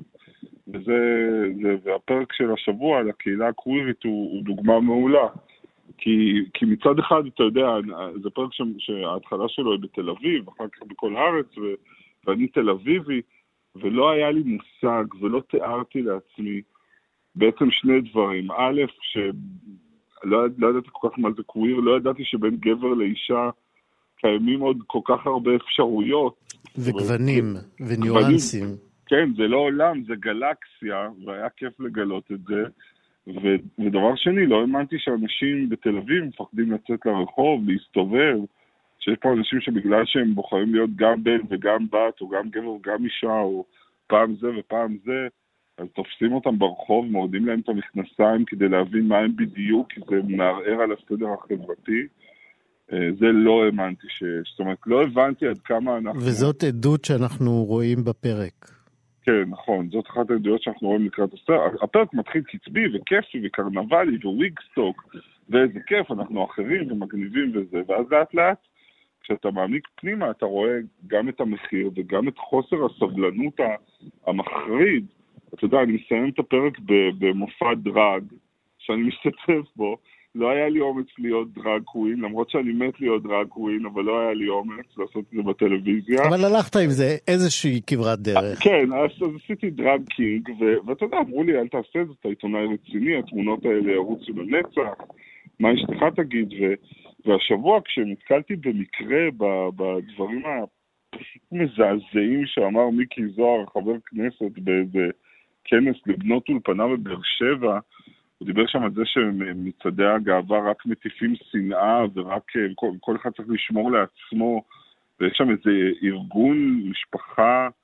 והפרק של השבוע על הקהילה הקווירית הוא דוגמה מעולה, כי מצד אחד, אתה יודע, זה פרק שההתחלה שלו היא בתל אביב, אחר כך בכל הארץ, ואני תל אביבי, ולא היה לי מושג, ולא תיארתי לעצמי, בעצם שני דברים. א', שלא ידעתי כל כך מה זה קוויר, לא ידעתי שבין גבר לאישה קיימים עוד כל כך הרבה אפשרויות. וגוונים, וניואנסים. כן, זה לא עולם, זה גלקסיה, והיה כיף לגלות את זה. ודבר שני, לא האמנתי שאנשים בתל אביב מפחדים לצאת לרחוב, להסתובב, שיש פה אנשים שבגלל שהם בוחרים להיות גם בן וגם בת, או גם גבר וגם אישה, או פעם זה ופעם זה, אז תופסים אותם ברחוב, מורדים להם את המכנסיים כדי להבין מה הם בדיוק, כי זה מערער על הסדר החברתי. זה לא האמנתי זאת אומרת, לא הבנתי עד כמה אנחנו... וזאת עדות שאנחנו רואים בפרק. כן, נכון, זאת אחת העדויות שאנחנו רואים לקראת הסרט. הפרק מתחיל קצבי וכיפי וקרנבלי וויגסטוק, ואיזה כיף, אנחנו אחרים ומגניבים וזה, ואז לאט לאט, כשאתה מעמיק פנימה, אתה רואה גם את המחיר וגם את חוסר הסבלנות המחריד. אתה יודע, אני מסיים את הפרק במופע דרג, שאני משתתף בו, לא היה לי אומץ להיות דרג קווין, למרות שאני מת להיות דרג קווין, אבל לא היה לי אומץ לעשות את זה בטלוויזיה. אבל הלכת עם זה איזושהי כברת דרך. כן, אז עשיתי דרג קינג, ואתה יודע, אמרו לי, אל תעשה את זה, אתה עיתונאי רציני, התמונות האלה ירוצו לנצח, מה אשתך תגיד, והשבוע כשנתקלתי במקרה בדברים המזעזעים שאמר מיקי זוהר, חבר כנסת, באיזה כנס לבנות אולפנה בבאר שבע, הוא דיבר שם על זה שמצעדי הגאווה רק מטיפים שנאה, ורק כל אחד צריך לשמור לעצמו, ויש שם איזה ארגון משפחה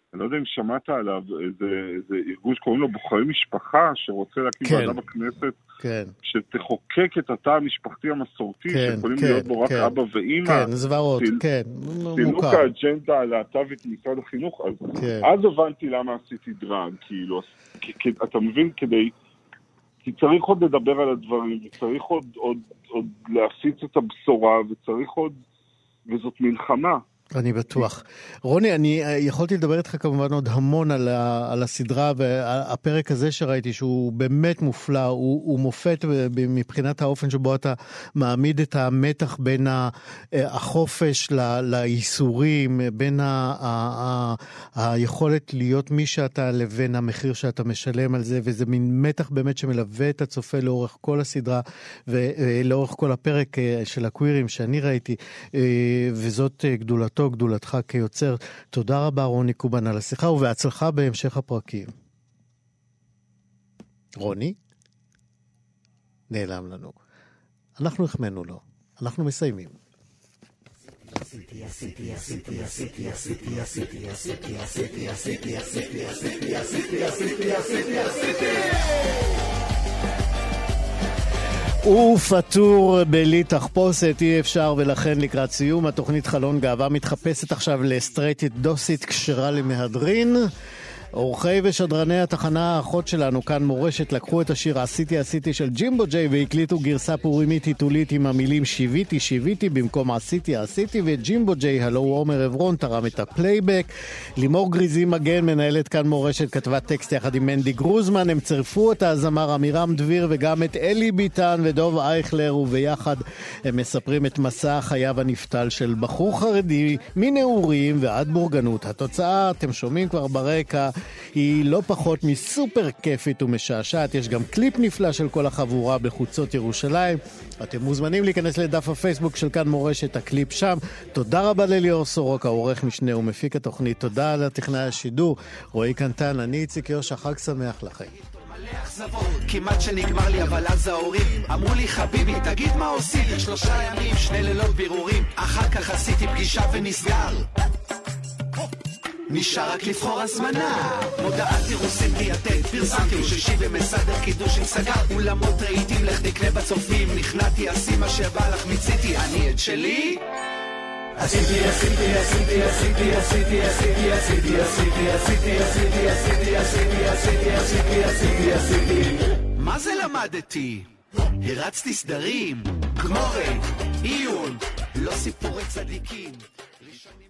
אני לא יודע אם שמעת עליו, איזה ארגון שקוראים לו בוחרי משפחה, שרוצה להקים ועדה בכנסת, שתחוקק את התא המשפחתי המסורתי, שיכולים להיות בו רק אבא ואמא. כן, זוורות, כן, סילוק האג'נדה הלהט"בית ממשרד החינוך, אז הבנתי למה עשיתי דרג, כאילו, אתה מבין, כי צריך עוד לדבר על הדברים, וצריך עוד להפיץ את הבשורה, וצריך עוד, וזאת מלחמה. אני בטוח. רוני, אני יכולתי לדבר איתך כמובן עוד המון על הסדרה, והפרק הזה שראיתי שהוא באמת מופלא, הוא מופת מבחינת האופן שבו אתה מעמיד את המתח בין החופש לייסורים, בין היכולת להיות מי שאתה לבין המחיר שאתה משלם על זה, וזה מין מתח באמת שמלווה את הצופה לאורך כל הסדרה, ולאורך כל הפרק של הקווירים שאני ראיתי, וזאת גדולתך כיוצר. תודה רבה רוני קובן על השיחה, ובהצלחה בהמשך הפרקים. רוני? נעלם לנו. אנחנו החמנו לו. אנחנו מסיימים. ופטור בלי תחפושת אי אפשר, ולכן לקראת סיום התוכנית חלון גאווה מתחפשת עכשיו לסטרייטית דוסית כשרה למהדרין. אורחי ושדרני התחנה האחות שלנו כאן מורשת לקחו את השיר עשיתי של ג'ימבו ג'יי והקליטו גרסה פורימית היתולית עם המילים שיוויתי במקום עשיתי, וג'ימבו ג'יי הלו הוא עומר עברון תרם את הפלייבק. לימור גריזי מגן מנהלת כאן מורשת כתבה טקסט יחד עם מנדי גרוזמן. הם צרפו את הזמר אמירם דביר וגם את אלי ביטן ודוב אייכלר, וביחד הם מספרים את מסע החייו הנפתל של בחור חרדי מנעורים ועד בורגנות. התוצאה אתם שומעים כבר ברקע, היא לא פחות מסופר כיפית ומשעשעת. יש גם קליפ נפלא של כל החבורה בחוצות ירושלים. אתם מוזמנים להיכנס לדף הפייסבוק של כאן מורשת, הקליפ שם. תודה רבה לליאור סורוק, העורך משנה ומפיק התוכנית. תודה לטכנאי השידור רועי קנטן. אני איציק יושע, חג שמח לכם. כמעט שנגמר לי, אבל אז ההורים אמרו לי חביבי תגיד מה עושים. 3 ימים 2 לילות בירורים, אחר כך עשיתי פגישה ונסגר. נשאר רק לבחור הזמנה. מודעת אירוסין דיאטט, פרסמתי ושישי ומסדר קידושים סגר. אולמות ראיתים לך תקנה בצופים, נכנעתי עשי מה שבא לך מיציתי, אני את שלי עשיתי מה זה למדתי? הרצתי סדרים, גמורי, עיון, לא סיפורי צדיקים.